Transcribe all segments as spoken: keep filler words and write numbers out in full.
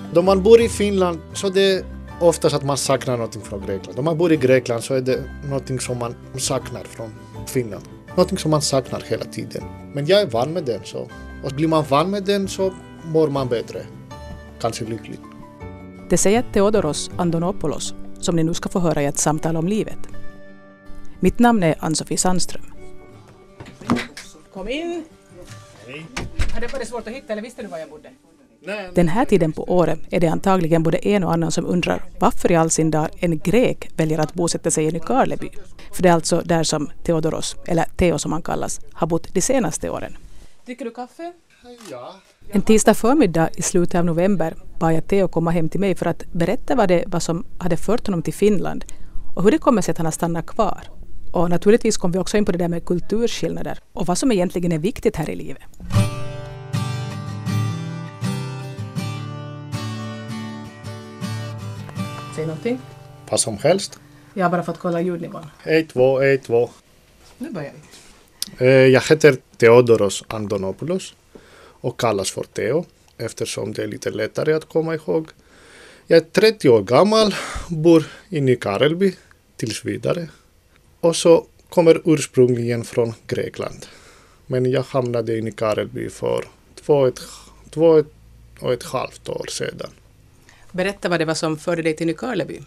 Då man bor i Finland så är det oftast att man saknar någonting från Grekland. Om man bor i Grekland så är det någonting som man saknar från Finland. Någonting som man saknar hela tiden. Men jag är van med den så. Och blir man van med den så mår man bättre. Kanske lycklig. Det säger Theodoros Andonopoulos som ni nu ska få höra i ett samtal om livet. Mitt namn är Ann-Sofie Sandström. Kom in! Hej. Har det varit svårt att hitta eller visste du var jag bodde? Nej. Den här tiden på året är det antagligen både en och annan som undrar varför i all sin dag en grek väljer att bosätta sig i Nykarleby. För det är alltså där som Theodoros, eller Theo som han kallas, har bott de senaste åren. Dricker du kaffe? Ja. En tisdag förmiddag i slutet av november bad jag Theo komma hem till mig för att berätta vad det var som hade fört honom till Finland och hur det kommer sig att han har stannat kvar. Och naturligtvis kom vi också in på det där med kulturskillnader och vad som egentligen är viktigt här i livet. Säg någonting. Vad som helst. Jag har bara fått kolla ljudnivån. ett, två, ett, två. Nu börjar vi. Jag heter Theodoros Andonopoulos och kallas för Theo eftersom det är lite lättare att komma ihåg. Jag är trettio år gammal, bor i Nykarleby tills vidare. Och så kommer ursprungligen från Grekland. Men jag hamnade i Nykarleby för två, ett, två ett, och ett halvt år sedan. Berätta vad det var som förde dig till Nykarleby.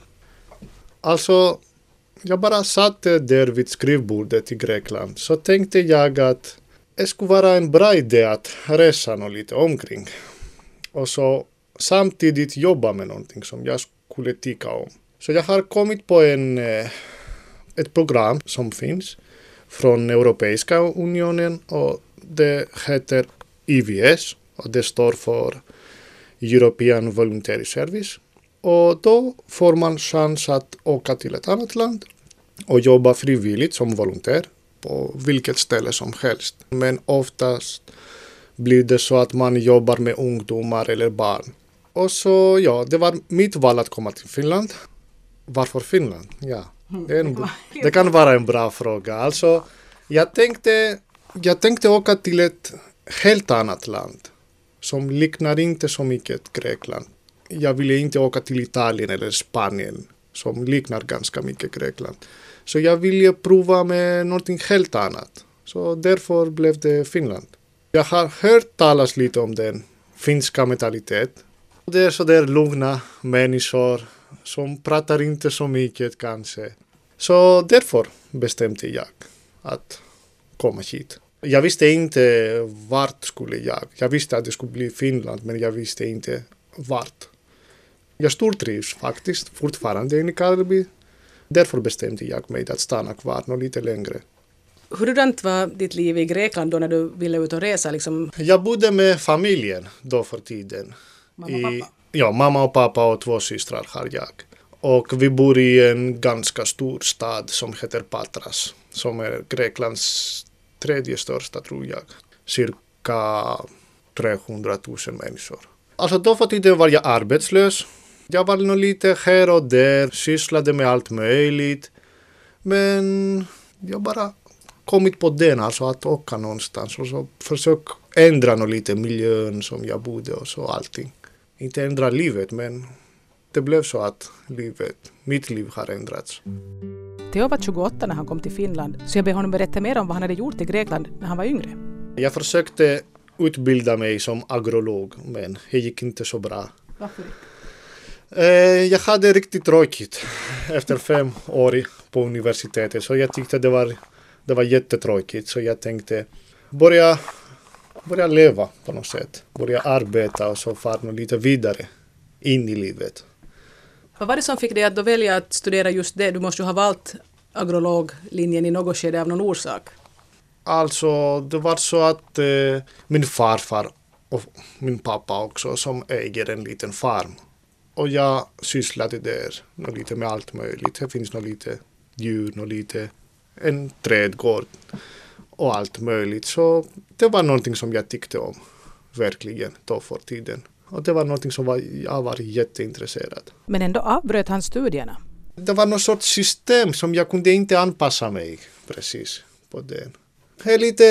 Alltså, jag bara satt där vid skrivbordet i Grekland. Så tänkte jag att det skulle vara en bra idé att resa något lite omkring. Och så samtidigt jobba med någonting som jag skulle tycka om. Så jag har kommit på en, ett program som finns från Europeiska unionen. Och det heter E V S och det står för European Voluntary Service. Och då får man chans att åka till ett annat land och jobba frivilligt som volontär på vilket ställe som helst. Men oftast blir det så att man jobbar med ungdomar eller barn. Och så ja, det var mitt val att komma till Finland. Varför Finland? Ja, det, är en, det kan vara en bra fråga. Alltså, jag tänkte, jag tänkte åka till ett helt annat land som liknar inte så mycket Grekland. Jag ville inte åka till Italien eller Spanien som liknar ganska mycket Grekland. Så jag ville prova med någonting helt annat. Så därför blev det Finland. Jag har hört talas lite om den finska mentalitet. Det är så där lugna människor som pratar inte så mycket kanske. Så därför bestämde jag att komma hit. Jag visste inte vart skulle jag. Jag visste att det skulle bli Finland men jag visste inte vart. Jag stortrivs faktiskt fortfarande i Nykarleby. Därför bestämde jag mig att stanna kvar något lite längre. Hurdant var ditt liv i Grekland då när du ville ut och resa? Liksom? Jag bodde med familjen då för tiden. Mamma och pappa? I, ja, mamma och pappa och två systrar har jag. Och vi bor i en ganska stor stad som heter Patras. Som är Greklands tredje största tror jag. Cirka trehundratusen människor. Alltså då för tiden var jag arbetslös. Jag var nog lite här och där, sysslade med allt möjligt. Men jag bara kommit på den, alltså att åka någonstans. Och så försök ändra nog lite miljön som jag bodde och så allting. Inte ändra livet, men det blev så att livet, mitt liv har ändrats. Theo var tjugoåtta när han kom till Finland, så jag ber honom berätta mer om vad han hade gjort i Grekland när han var yngre. Jag försökte utbilda mig som agrolog, men det gick inte så bra. Varför? Jag hade riktigt tråkigt efter fem år på universitetet, så jag tyckte det var, det var jättetråkigt. Så jag tänkte börja, börja leva på något sätt, börja arbeta och så fara lite vidare in i livet. Vad var det som fick dig att då välja att studera just det? Du måste ju ha valt agrologlinjen i något skede av någon orsak. Alltså det var så att eh, min farfar och min pappa också som äger en liten farm. Och jag sysslade där lite med allt möjligt. Det finns nog lite djur och lite en trädgård och allt möjligt. Så det var någonting som jag tyckte om verkligen då för tiden. Och det var någonting som var, jag var jätteintresserad. Men ändå avbröt han studierna. Det var någon sorts system som jag kunde inte anpassa mig precis på den. Det är lite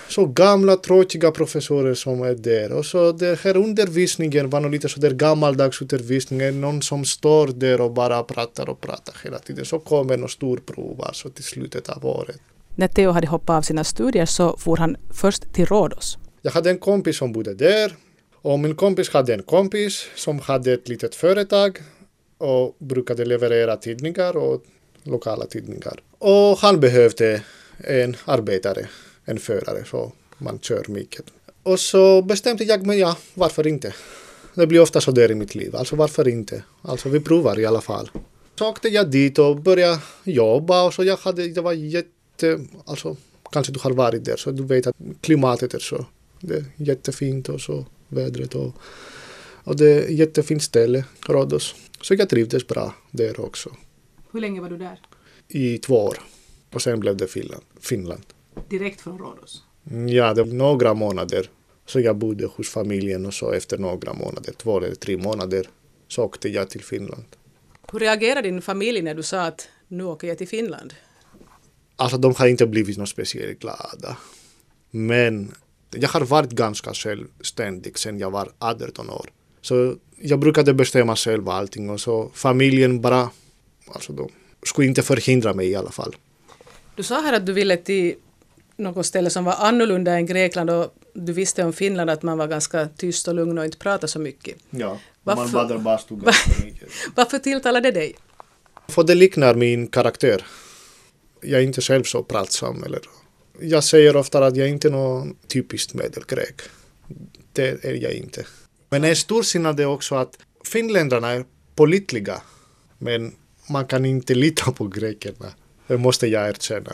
så gamla, tråkiga professorer som är där. Och så den här undervisningen var nog lite så där gammaldags undervisning. Någon som står där och bara pratar och pratar hela tiden. Så kommer en stor prov alltså till slutet av året. När Teo hade hoppat av sina studier så for han först till Rhodos. Jag hade en kompis som bodde där. Och min kompis hade en kompis som hade ett litet företag. Och brukade leverera tidningar och lokala tidningar. Och han behövde en arbetare, en förare, så man kör mycket. Och så bestämde jag mig, ja, varför inte? Det blir ofta så där i mitt liv, alltså varför inte? Alltså vi provar i alla fall. Så åkte jag dit och började jobba och så jag hade, det var jätte, alltså kanske du har varit där så du vet att klimatet är så, det är jättefint och så vädret och, och det är jättefint ställe, Rhodos. Så jag trivdes bra där också. Hur länge var du där? I två år. Och sen blev det Finland. Finland. Direkt från Rhodos? Ja, det var några månader. Så jag bodde hos familjen och så efter några månader, två eller tre månader, så åkte jag till Finland. Hur reagerade din familj när du sa att nu åker jag till Finland? Alltså de har inte blivit något speciellt glada. Men jag har varit ganska självständig sedan jag var arton år. Så jag brukade bestämma själv allting och så familjen bara, alltså de skulle inte förhindra mig i alla fall. Du sa här att du ville till något ställe som var annorlunda än Grekland och du visste om Finland att man var ganska tyst och lugn och inte pratade så mycket. Ja, varför, man badar bara stod ganska mycket. Varför tilltalade det dig? För det liknar min karaktär. Jag är inte själv så pratsam. Eller. Jag säger ofta att jag inte är någon typiskt medelgrek. Det är jag inte. Men en stor skillnad är också att finländarna är pålitliga. Men man kan inte lita på grekerna. Det måste jag erkänna.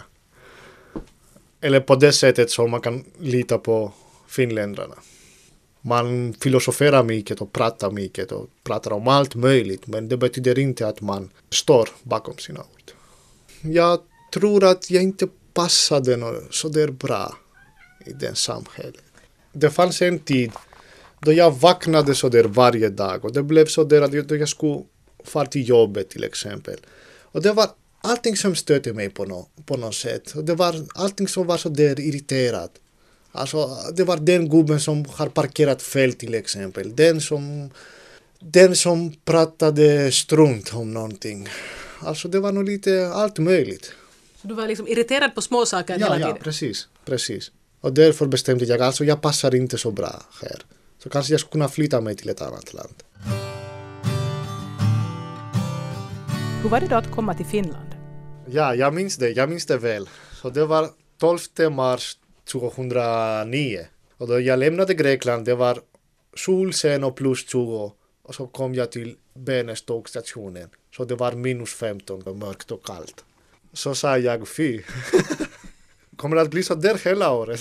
Eller på det sättet som man kan lita på finländarna. Man filosoferar mycket och pratar mycket och pratar om allt möjligt. Men det betyder inte att man står bakom sina ord. Jag tror att jag inte passade så där bra i den samhället. Det fanns en tid då jag vaknade så där varje dag. Och det blev så där att jag skulle fara till jobbet till exempel. Och det var allting som stötte mig på, no, på något sätt. Och det var allting som var så där irriterat. Alltså, det var den gubben som har parkerat fel till exempel. Den som, den som pratade strunt om någonting. Alltså det var nog lite allt möjligt. Så du var liksom irriterad på små saker ja, hela tiden? Ja, precis, precis. Och därför bestämde jag, alltså jag passar inte så bra här. Så kanske jag skulle kunna flytta mig till ett annat land. Hur var det då att komma till Finland? Ja, jag minns det. Jag minns det väl. Så det var tolfte mars tjugohundranio. Och då jag lämnade Grekland, det var solsen och plus tjugo. Och så kom jag till Benäs tågstationen. Så det var minus femton och mörkt och kallt. Så sa jag, fy. Kommer det att bli så där hela året?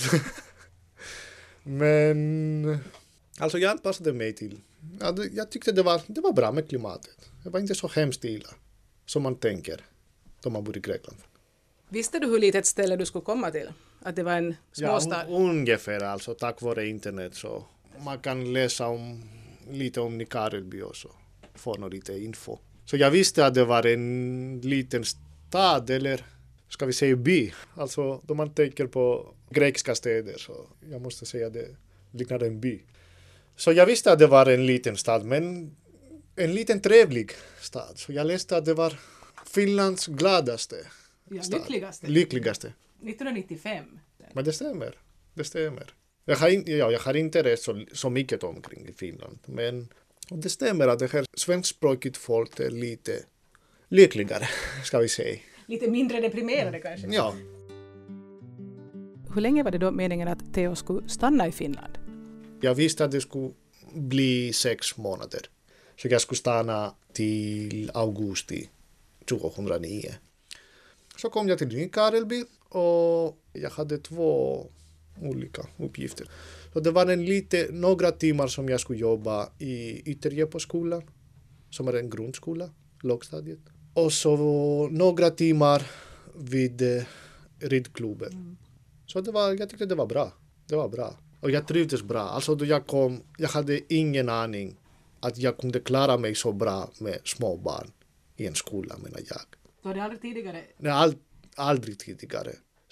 Men alltså jag anpassade mig till. Ja, det, jag tyckte det var, det var bra med klimatet. Det var inte så hemskt illa som man tänker då man bor i Grekland. Visste du hur litet ställe du skulle komma till? Att det var en småstad? Ja, un, ungefär alltså tack vare internet så man kan läsa om, lite om Nykarleby och så få något lite info. Så jag visste att det var en liten stad eller ska vi säga by. Alltså då man tänker på grekiska städer så jag måste säga att det liknade en by. Så jag visste att det var en liten stad men en liten trevlig stad. Så jag läste att det var Finlands gladaste ja, stad. Lyckligaste. Lyckligaste. nittonhundranittiofem. Men det stämmer. Det stämmer. Jag har, in, ja, jag har inte rest så, så mycket omkring i Finland. Men det stämmer att det här svenskspråkigt folk är lite lyckligare, ska vi säga. Lite mindre deprimerade kanske. Ja. Hur länge var det då meningen att Teo skulle stanna i Finland? Jag visste att det skulle bli sex månader. Så jag skulle stanna till augusti tjugohundranio. Så kom jag till Nykarleby och jag hade två olika uppgifter. Så det var en lite, några timmar som jag skulle jobba i Ytterjeposkolan, som är en grundskola, lågstadiet. Och så några timmar vid eh, ridklubben. Mm. Så det var, jag tyckte det var bra. Det var bra. Och jag trivdes bra. Alltså då jag kom, jag hade ingen aning att jag kunde klara mig så bra med små barn i en skola, menar jag. Du hade aldrig tidigare? Nej, all, aldrig tidigare.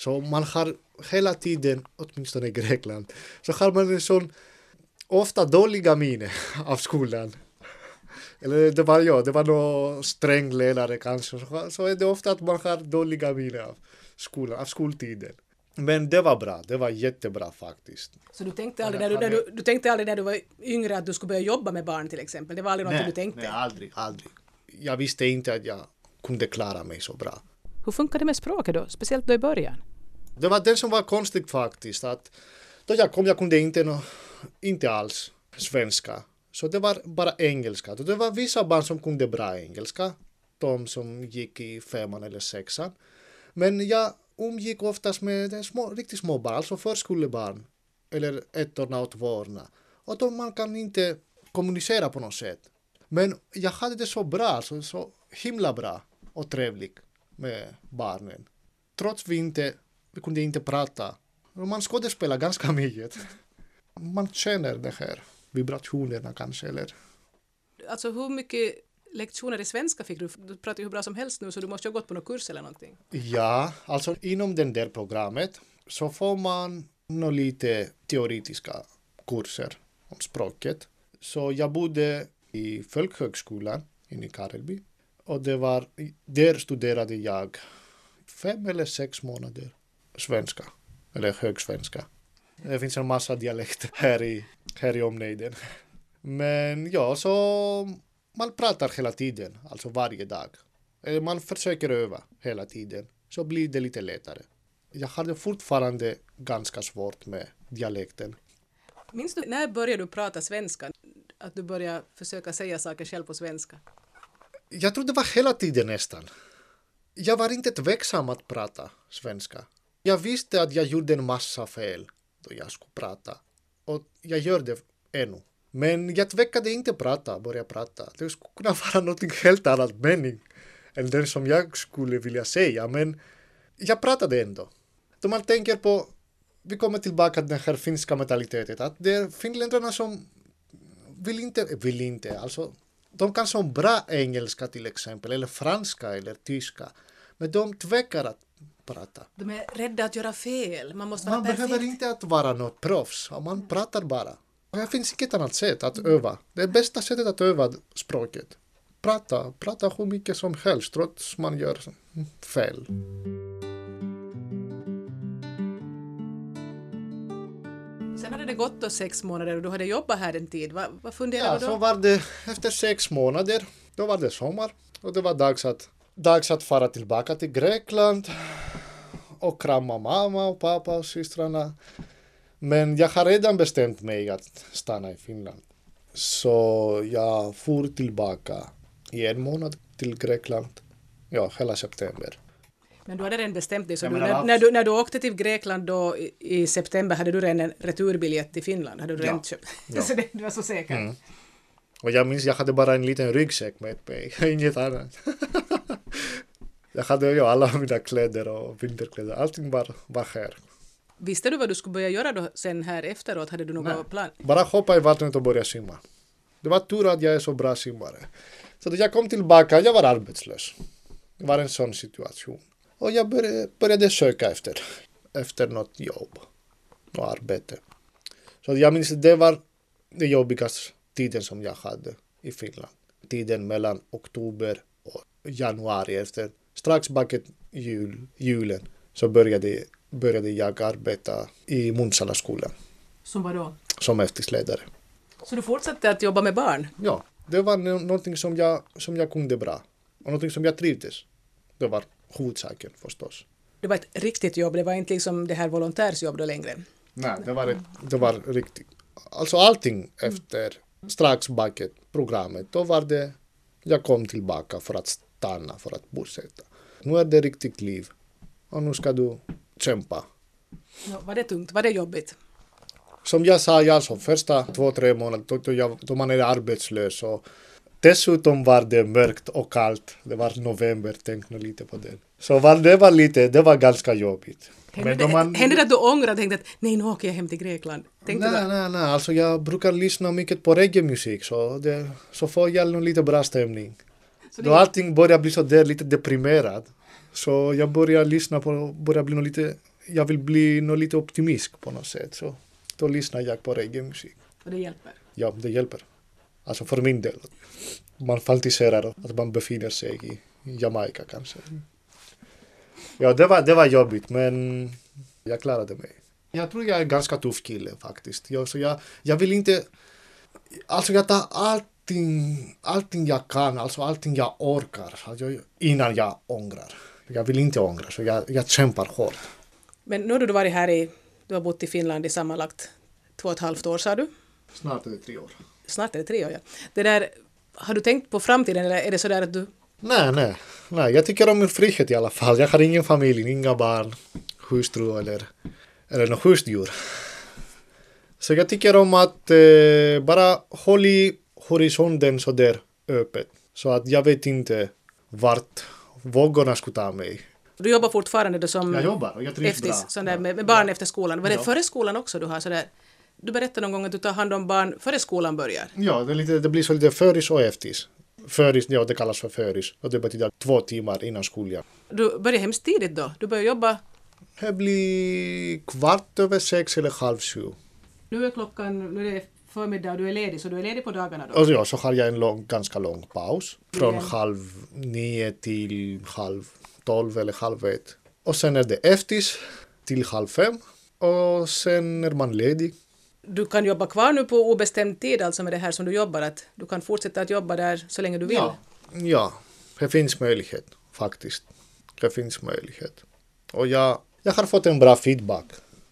Så man har hela tiden, åtminstone i Grekland, så har man en sån ofta dåliga minne av skolan. Eller det var jag, det var någon sträng ledare kanske. Så, så är det ofta att man har dåliga minne av skolan, av skoltiden. Men det var bra, det var jättebra faktiskt. Så du tänkte aldrig när du, när du, du tänkte aldrig när du var yngre att du skulle börja jobba med barn till exempel? Det var aldrig något nej, du tänkte? Nej, aldrig, aldrig. Jag visste inte att jag kunde klara mig så bra. Hur funkar det med språket då, speciellt då i början? Det var det som var konstigt faktiskt. Att då jag kom, jag kunde inte, no, inte alls svenska. Så det var bara engelska. Det var vissa barn som kunde bra engelska. De som gick i femman eller sexan. Men jag umgick oftast med små, riktigt små barn, alltså förskolebarn. Eller ettorna och tvåorna. Och då man kan inte kommunicera på något sätt. Men jag hade det så bra, så, så himla bra och trevligt med barnen. Trots vi inte, vi kunde inte prata. Man skådespelar ganska mycket. Man känner det här, vibrationerna kanske. Eller. Alltså hur mycket lektioner i svenska fick du? Du pratar ju hur bra som helst nu så du måste ju ha gått på någon kurs eller någonting. Ja, alltså inom den där programmet så får man nog lite teoretiska kurser om språket. Så jag bodde i folkhögskolan inne i Karelby. Och det var, där studerade jag fem eller sex månader svenska, eller högsvenska. Det finns en massa dialekter här i, här i omnejden. Men ja, så man pratar hela tiden, alltså varje dag. Man försöker öva hela tiden, så blir det lite lättare. Jag hade fortfarande ganska svårt med dialekten. Minns du, när började du prata svenska? Att du började försöka säga saker själv på svenska? Jag tror det var hela tiden nästan. Jag var inte tveksam att prata svenska. Jag visste att jag gjorde en massa fel då jag skulle prata. Och jag gör det ännu. Men jag tvekade inte prata, börja prata. Det skulle kunna vara något helt annat mening än den som jag skulle vilja säga. Men jag pratade ändå. Då man tänker på, vi kommer tillbaka till den här finska mentaliteten. Att det är finländarna som vill inte, vill inte, alltså de kan så bra engelska till exempel, eller franska eller tyska. Men de tvekar att prata. De är rädda att göra fel. Man måste vara Man perfekt. behöver inte att vara något proffs. Man pratar bara. Det finns inget annat sätt att öva. Det är bästa sättet att öva språket. Prata, prata hur mycket som helst trots man gör fel. Sen hade det gått då sex månader och du hade jobbat här en tid. Vad, vad funderade Ja, du då? så var det efter sex månader. Då var det sommar. Och det var dags att, dags att fara tillbaka till Grekland. Och krama mamma och pappa och systrarna. Men jag har redan bestämt mig att stanna i Finland. Så jag for tillbaka i en månad till Grekland. Ja, hela september. Men du hade redan bestämt dig. Så Jag du, menar, när, när, du, när du åkte till Grekland då i, i september hade du redan en returbiljett till Finland. Hade du Ja. redan köpt? Ja. Så det, du var så säker. Mm. Och jag minns jag hade bara en liten ryggsäck med mig. Inget annat. Jag hade ju alla mina kläder och vinterkläder. Allting var, var här. Visste du vad du skulle börja göra då sen här efteråt? Hade du någon plan? Bara hoppa i vattnet och börja simma. Det var tur att jag är så bra simmare. Så då jag kom tillbaka, jag var arbetslös. Det var en sån situation. Och jag började, började söka efter, efter något jobb och arbete. Så jag minns att det var den jobbigaste tiden som jag hade i Finland. Tiden mellan oktober och januari. Efter strax bakom jul, julen så började, började jag arbeta i Munsala-skolan Som var då? som eftersledare. Så du fortsatte att jobba med barn? Ja, det var no- någonting som jag, som jag kunde bra. Och någonting som jag trivdes. Det var huvudsaken förstås. Det var ett riktigt jobb, det var inte liksom det här volontärsjobb då längre. Nej, det var, ett, det var riktigt. Alltså allting efter strax bakom programmet. Då var det, jag kom tillbaka för att stanna, för att bosätta. Nu är det riktigt liv. Och nu ska du kämpa. Ja, var det tungt? Var det jobbigt? Som jag sa, jag så första två, tre månader då, då, jag, då man är arbetslös. Och dessutom var det mörkt och kallt. Det var november, tänk nu lite på det. Så var, det var lite, det var ganska jobbigt. Hände det, man, hände det att du ångrade och tänkte att nej, nu åker jag hem till Grekland? Tänkte nej, du? nej, nej. Alltså jag brukar lyssna mycket på reggae-musik så, det, så får jag nog lite bra stämning. Så Då det, allting börjar bli så där lite deprimerad. Så jag börjar lyssna på, börjar bli nog lite jag vill bli något lite optimist på något sätt. Så då lyssnar jag på reggae-musik. Och det hjälper? Ja, det hjälper. Alltså för min del. Man fantiserar att man befinner sig i Jamaica kanske. Ja, det var, det var jobbigt, men jag klarade mig. Jag tror jag är ganska tuff kille faktiskt. Jag, så jag, jag vill inte... Alltså jag tar allting, allting jag kan, alltså allting jag orkar alltså innan jag ångrar. Jag vill inte ångra, så jag, jag kämpar hårt. Men nu har du varit här i... Du har bott i Finland i sammanlagt två och ett halvt år, sa du? Snart är det tre år. Snart är det tre år, ja. Det där, har du tänkt på framtiden eller är det så där att du... Nej, nej, nej. Jag tycker om min frihet i alla fall. Jag har ingen familj, inga barn, hustru eller, eller något husdjur. Så jag tycker om att eh, bara hålla i horisonten så där öppet. Så att jag vet inte vart vågorna skulle ta mig. Du jobbar fortfarande då som... Jag jobbar och jag trivs eftis, bra. sån där, Ja. med, med barn efter skolan. Var det Ja. före skolan också du har sådär... Du berättade någon gång att du tar hand om barn före skolan börjar. Ja, det, är lite, det blir så lite föris och eftis. Föris, ja det kallas för föris. Och det betyder två timmar innan skolan. Du börjar hemskt tidigt då. Du börjar jobba... Det blir kvart över sex eller halv sju. Nu är klockan... Nu är det förmiddag och du är ledig, så du är ledig på dagarna då? Och ja, så har jag en lång, ganska lång paus. Från Igen. halv nio till halv tolv eller halv ett. Och sen är det eftis till halv fem. Och sen är man ledig. Du kan jobba kvar nu på obestämd tid, alltså med det här som du jobbar, att du kan fortsätta att jobba där så länge du vill. Ja, ja, det finns möjlighet faktiskt. Det finns möjlighet. Och jag, jag har fått en bra feedback.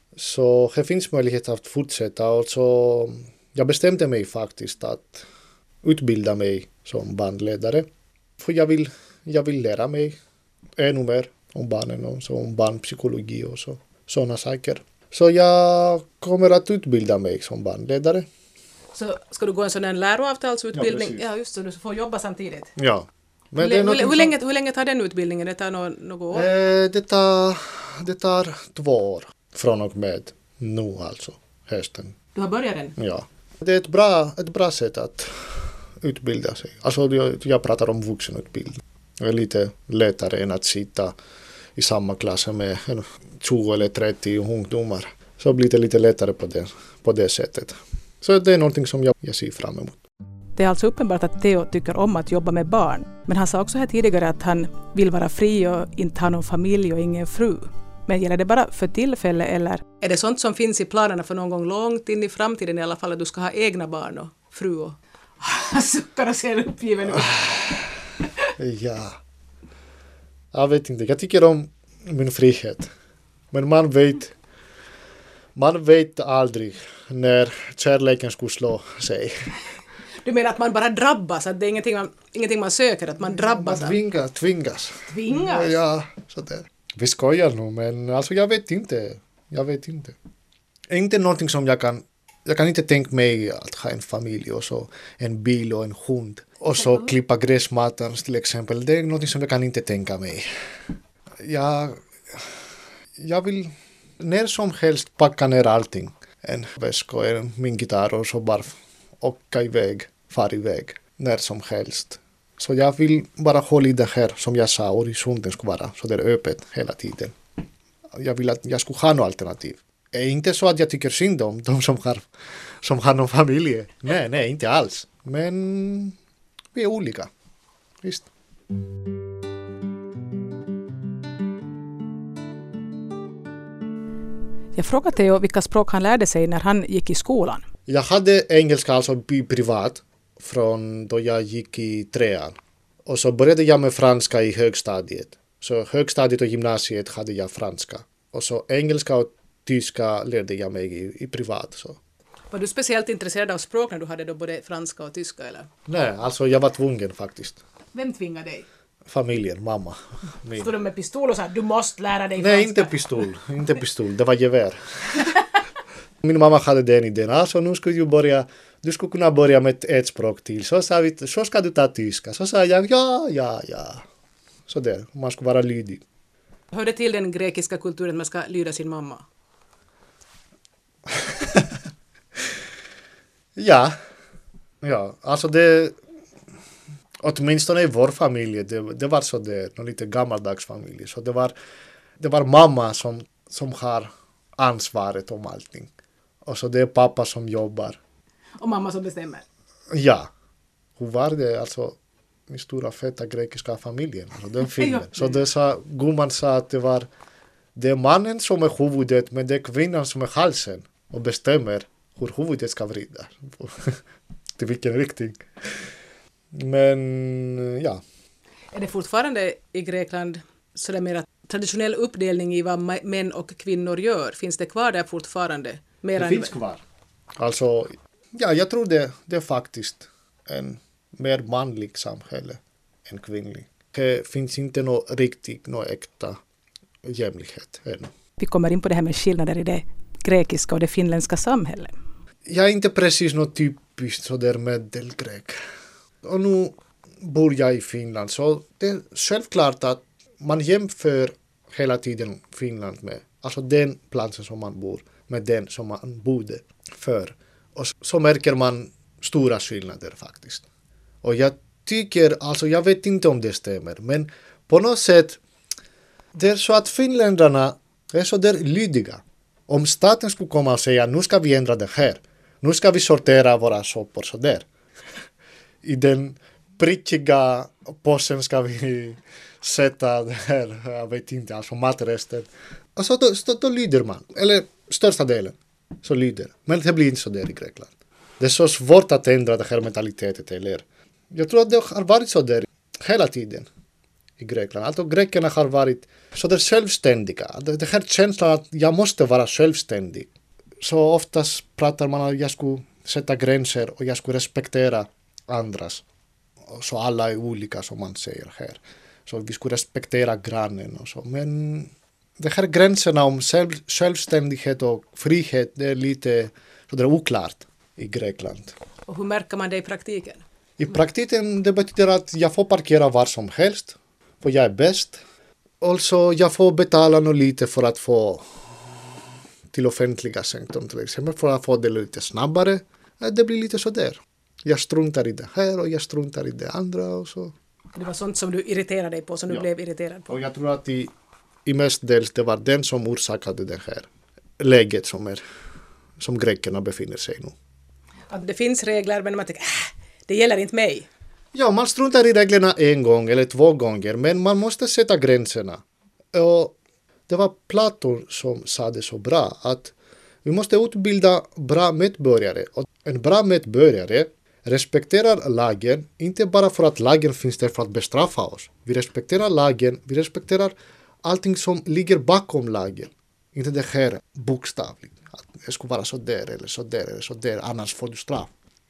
Så det finns möjlighet att fortsätta. Och så jag bestämde mig faktiskt att utbilda mig som bandledare. För jag vill, jag vill lära mig ännu mer om barnen och så, om barnpsykologi och så, sådana saker. Så jag kommer att utbilda mig som bandledare. Så ska du gå en sån här läroavtalsutbildning? Ja, precis. Ja, just så du får jobba samtidigt. Ja. Men Hur, det är hur, någonting hur, som- länge, hur länge tar den utbildningen? Det tar något, något år? Eh, det, tar, det tar två år från och med nu alltså, hösten. Du har börjat den? Ja. Det är ett bra, ett bra sätt att utbilda sig. Alltså jag, jag pratar om vuxenutbildning. Det är lite lättare än att sitta i samma klass med tjugo eller trettio ungdomar. Så blir det lite lättare på det, på det sättet. Så det är någonting som jag, jag ser fram emot. Det är alltså uppenbart att Theo tycker om att jobba med barn. Men han sa också här tidigare att han vill vara fri och inte ha någon familj och ingen fru. Men gäller det bara för tillfälle eller? Är det sånt som finns i planerna för någon gång långt in i framtiden i alla fall, att du ska ha egna barn och fru och... Han suckar och ser uppgiven ut. Ja. Jag vet inte. Jag tycker om min frihet. Men man vet, man vet aldrig när kärleken skulle slå sig. Du menar att man bara drabbas, att det är ingenting man, ingenting man söker, att man drabbas Man av? tvingas, tvingas. Tvingas? Ja, sådär. Vi skojar nu, men alltså jag vet inte. Jag vet inte. Det är inte någonting som jag kan... Jag kan inte tänka mig att ha en familj och så en bil och en hund. Och så klippa gräsmattan till exempel. Det är någonting som jag kan inte tänka mig. Jag, jag vill när som helst packa ner allting. En väska och en, min gitarr och så bara åka iväg, fara iväg. När som helst. Så jag vill bara hålla i det här som jag sa, horisonten ska vara så det är öppet hela tiden. Jag vill att jag skulle ha något alternativ. Det är inte så att jag tycker synd om de som har, som har någon familj. Nej, nej, inte alls. Men vi är olika. Visst. Jag frågade Theo vilka språk han lärde sig när han gick i skolan. Jag hade engelska alltså privat från då jag gick i trean. Och så började jag med franska i högstadiet. Så högstadiet och gymnasiet hade jag franska. Och så engelska och tyska lärde jag mig i, i privat. Så. Var du speciellt intresserad av språk när du hade då både franska och tyska, eller? Nej, alltså jag var tvungen faktiskt. Vem tvingade dig? Familjen, mamma. Min. Stod de med pistol och sa du måste lära dig Nej, franska? inte pistol. Inte pistol, det var gevär. Min mamma hade den idén. Alltså nu skulle du börja, du skulle kunna börja med ett språk till. Så sa vi, så ska du ta tyska. Så sa jag, ja, ja, ja. Så där, man skulle vara lydig. Hör det till den grekiska kulturen att man ska lyda sin mamma? Ja, ja, alltså det, åtminstone i vår familj, det, det var så där, någon lite gammaldags familj. Så det var, det var mamma som som har ansvaret om allting. Och så det är pappa som jobbar. Och mamma som bestämmer. Ja. Hur var det alltså min stora feta grekiska familjen? Alltså den filmen. Så det sa, gumman sa att det var det är mannen som är huvudet men det är kvinnan som är halsen och bestämmer hur huvudet ska vrida. Till vilken riktning. Men ja. Är det fortfarande i Grekland så det är mer traditionell uppdelning i vad män och kvinnor gör? Finns det kvar där fortfarande? Mer Det än... finns kvar. Alltså, ja, jag tror det, det är faktiskt en mer manlig samhälle än kvinnlig. Det finns inte någon riktigt, någon äkta jämlikhet ännu. Vi kommer in på det här med skillnader i det grekiska och det finländska samhället. Jag är inte precis något typiskt sådär medelgrek. Och nu bor jag i Finland så det är självklart att man jämför hela tiden Finland med alltså den platsen som man bor med den som man bodde för. Och så märker man stora skillnader faktiskt. Och jag tycker, alltså jag vet inte om det stämmer, men på något sätt det är så att finländarna är så där lydiga. Om staten skulle komma och säga nu ska vi ändra det här, nu ska vi sortera våra sopor så där. I den prickiga påsen ska vi sätta det här, jag vet inte, alltså matresten. Och så då, då, då lyder man, eller största delen så lyder. Men det blir inte så där i Grekland. Det är så svårt att ändra det här mentaliteten eller. Jag tror att det har varit så där hela tiden i Grekland. Alltså grekerna har varit så där självständiga. Det här känslan att jag måste vara självständig. Så oftast pratar man att jag skulle sätta gränser och jag skulle respektera andras. Så alla är olika som man säger här. Så vi skulle respektera grannen och så. Men de här gränserna om själv, självständighet och frihet det är lite så där oklart i Grekland. Och hur märker man det i praktiken? I praktiken det betyder att jag får parkera var som helst. För jag är bäst. Och så jag får betala något lite för att få till offentliga sektorn till exempel. För att få det lite snabbare. Det blir lite så där. Jag struntar i det här och jag struntar i det andra och så. Det var sånt som du irriterade dig på, som du ja. blev irriterad på. Och jag tror att i, i mestadels det var den som orsakade det här läget som, är, som grekerna befinner sig i nu. Att det finns regler men man tänker, äh, det gäller inte mig. Ja, man struntar i reglerna en gång eller två gånger, men man måste sätta gränserna. Och det var Platon som sa det så bra, att vi måste utbilda bra medborgare. Och en bra medborgare respekterar lagen, inte bara för att lagen finns där för att bestraffa oss. Vi respekterar lagen, vi respekterar allting som ligger bakom lagen. Inte det här bokstavligt. Att det skulle vara så där eller så där eller så där, annars får du straff.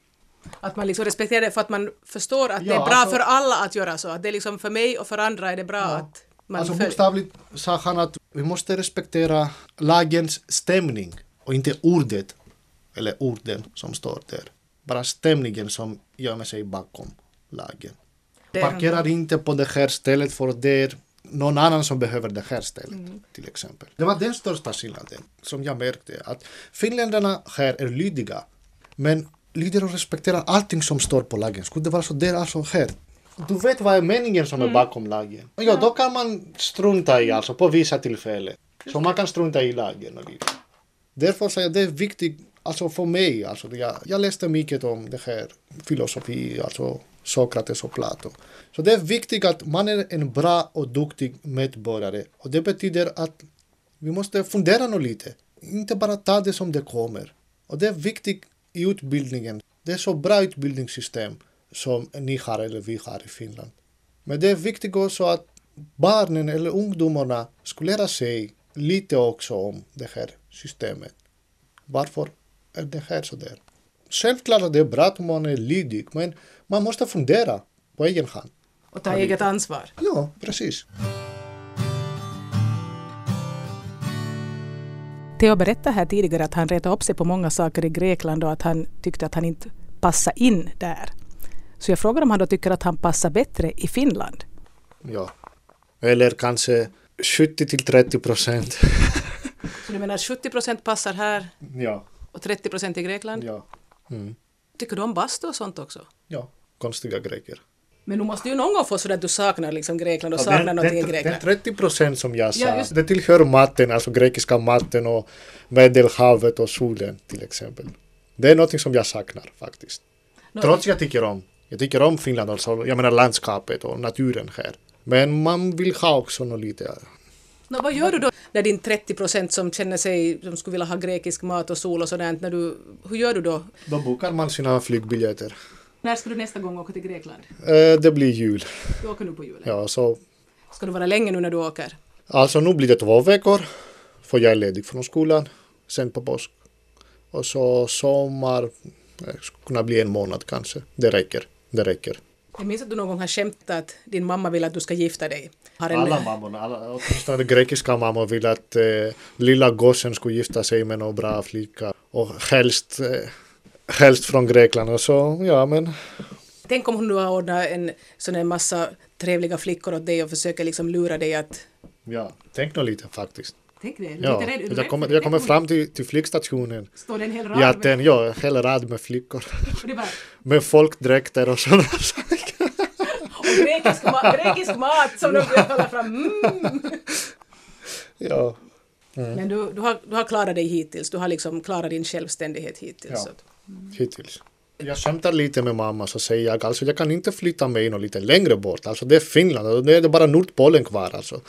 Att man liksom respekterar det för att man förstår att ja, det är bra alltså, för alla att göra så. Att det är liksom för mig och för andra är det bra ja. att man alltså följer. Bokstavligt sa han att vi måste respektera lagens stämning och inte ordet eller orden som står där. Bara stämningen som gömmer sig bakom lagen. Det parkerar inte på det här stället för det är någon annan som behöver det här stället mm. till exempel. Det var den största skillnaden som jag märkte. Att finländarna här är lydiga men lyder och respekterar allting som står på lagen. Skulle det vara så där alltså här. Du vet vad är meningen som mm. är bakom lagen. Och ja, då kan man strunta i alltså på vissa tillfällen. Så man kan strunta i lagen och lite. Därför säger jag det är viktigt alltså för mig. Alltså, jag, jag läste mycket om det här filosofi, alltså Sokrates och Plato. Så det är viktigt att man är en bra och duktig medborgare. Och det betyder att vi måste fundera något lite. Inte bara ta det som det kommer. Och det är viktigt i utbildningen. Det är så bra utbildningssystem som ni har eller vi har i Finland. Men det är viktigt också att barnen eller ungdomarna skulle lära sig lite också om det här systemet. Varför är det här så där? Självklart att det är bra att man är lydig, men man måste fundera på egen hand. Och ta eget ansvar. Ja, precis. Theo berättade här tidigare att han retade upp sig på många saker i Grekland och att han tyckte att han inte passade in där. Så jag frågar om han då tycker att han passar bättre i Finland. Ja, eller kanske sjuttio till trettio procent. Så du menar sjuttio procent passar här ja. och trettio procent i Grekland? Ja. Mm. Tycker du om bastu och sånt också? Ja, konstiga greker. Men du måste ju någon gång få så att du saknar liksom Grekland och ja, saknar någonting i Grekland. Det är trettio procent som jag sa. Ja, just... Det tillhör matten, alltså grekiska matten och Medelhavet och solen till exempel. Det är något som jag saknar faktiskt. No, Trots att jag tycker om. Jag tycker om Finland, alltså, jag menar landskapet och naturen här. Men man vill ha också något lite... No, vad gör du då när din trettio procent som känner sig, som skulle vilja ha grekisk mat och sol och sådant, när du, hur gör du då? Då bokar man sina flygbiljetter. När ska du nästa gång åka till Grekland? Eh, det blir jul. Du åker nu på julen? Ja, så... Ska du vara länge nu när du åker? Alltså nu blir det två veckor, för jag är ledig från skolan, sen på påsk. Och så sommar, det skulle kunna bli en månad kanske. Det räcker, det räcker. Jag minns att du någon gång har skämtat att din mamma vill att du ska gifta dig. Har en... Alla mammorna, alla, åtminstone grekiska mammor vill att eh, lilla gossen skulle gifta sig med någon bra flicka. Och helst, eh, helst från Grekland. Och så, ja men... Tänk om hon nu har ordnat en sån en massa trevliga flickor åt dig och försöker liksom lura dig att... Ja, tänk nog lite faktiskt. Tänk det, lite ja, rädd. jag kommer, jag kommer fram till, till flygstationen. Står det en hel rad ja, med... den, ja, en hel rad med flickor. Bara... med folkdräkter och sådana saker. Och grekisk, ma- grekisk mat som de börjar falla fram. Mm. Ja. Mm. Men du, du, har, du har klarat dig hittills. Du har liksom klarat din självständighet hittills. Ja, mm. hittills. Jag skämtar lite med mamma så säger jag alltså jag kan inte flytta mig något lite längre bort. Alltså det är Finland och det är bara Nordpolen kvar alltså.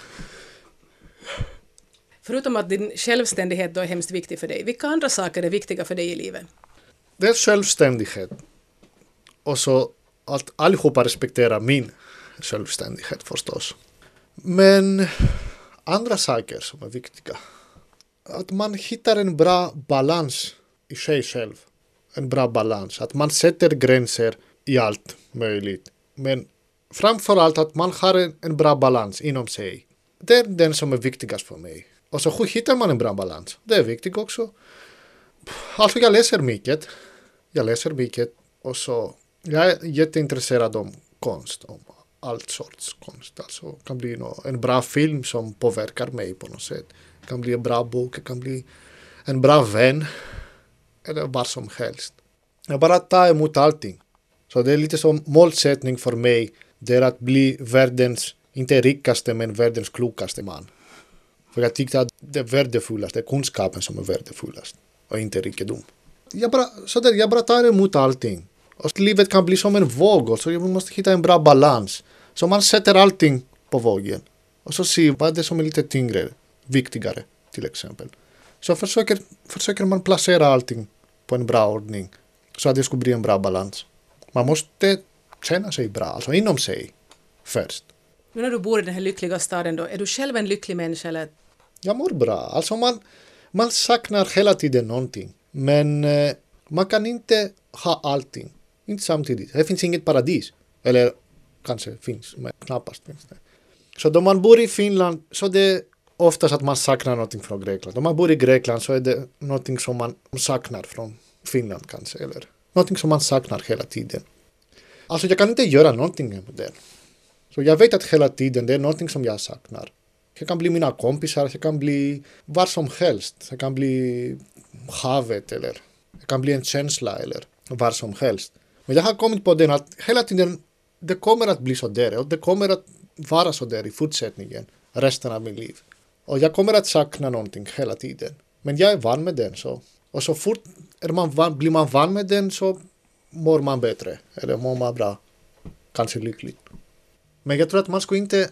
Förutom att din självständighet då är hemskt viktig för dig, vilka andra saker är viktiga för dig i livet? Det är självständighet. Och så att allihopa respekterar min självständighet förstås. Men andra saker som är viktiga. Att man hittar en bra balans i sig själv. En bra balans. Att man sätter gränser i allt möjligt. Men framförallt att man har en, en bra balans inom sig. Det är den som är viktigast för mig. Och så hur hittar man en bra balans? Det är viktigt också. Alltså jag läser mycket. Jag läser mycket. Och så jag är jätteintresserad om konst. Om allt sorts konst. Alltså det kan bli en bra film som påverkar mig på något sätt. Det kan bli en bra bok. Det kan bli en bra vän. Eller vad som helst. Jag bara tar emot allting. Så det är lite som målsättning för mig. Det är att bli världens, inte rikaste men världens klokaste man. För jag tyckte att det värdefullaste är kunskapen som är värdefullast. Och inte rikedom. Jag bara, så där, jag bara tar emot allting. Och livet kan bli som en våg. Så man måste hitta en bra balans. Så man sätter allting på vågen. Och så ser vad det är som är lite tyngre. Viktigare till exempel. Så försöker, försöker man placera allting på en bra ordning. Så att det skulle bli en bra balans. Man måste känna sig bra. Alltså inom sig. Först. Nu när du bor i den här lyckliga staden då. Är du själv en lycklig människa eller? Jag mår bra. Alltså man, man saknar hela tiden någonting. Men eh, man kan inte ha allting. Inte samtidigt. Det finns inget paradis. Eller kanske finns. Men knappast finns det. Så då man bor i Finland så det är oftast att man saknar någonting från Grekland. Om man bor i Grekland så är det någonting som man saknar från Finland kanske. Eller någonting som man saknar hela tiden. Alltså jag kan inte göra någonting med det. Så jag vet att hela tiden det är någonting som jag saknar. Det kan bli mina kompisar, det kan bli vad som helst. Det kan bli havet eller det kan bli en känsla eller vad som helst. Men jag har kommit på den att hela tiden det kommer att bli så där och det kommer att vara så där i fortsättningen resten av mitt liv. Och jag kommer att sakna någonting hela tiden. Men jag är van med den så. Och så fort är man van, blir man van med den så mår man bättre. Eller mår man bra. Kanske lyckligt. Men jag tror att man ska inte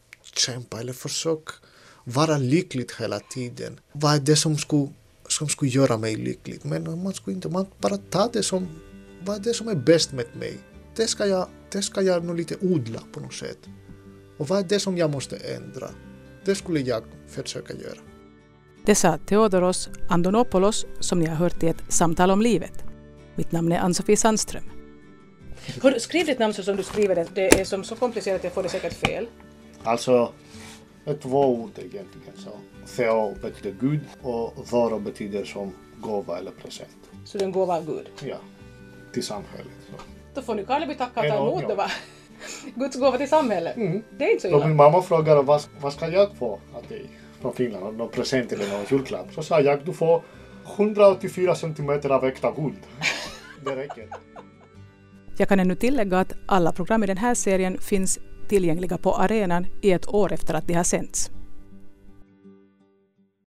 kämpa eller försöka vara lyckligt hela tiden. Vad är det som skulle, som skulle göra mig lycklig? Men man ska inte, man bara ta det som, vad är det som är bäst med mig? Det ska jag, det ska jag nog lite odla på något sätt. Och vad är det som jag måste ändra? Det skulle jag försöka göra. Det sa Theodoros Andonopoulos som ni har hört i ett samtal om livet. Mitt namn är Ann-Sofie Sandström. Hör, skriv ditt namn så som du skriver det. Det är som så komplicerat att jag får det säkert fel. Alltså, det är två ord egentligen. Så. Theo betyder Gud och Doro betyder som gåva eller present. Så det är en gåva av Gud? Ja, till samhället. Så. Då får nu Karleby tacka och ta emot det, va? Guds gåva till samhället. Mm. Det är inte så illa. Då min mamma frågade vad, vad ska jag få av dig från Finland, någon present eller någon julklapp. Så sa jag, du får hundraåttiofyra centimeter av äkta guld. Det räcker. Jag kan ännu tillägga att alla program i den här serien finns tillgängliga på arenan i ett år efter att de har sänts.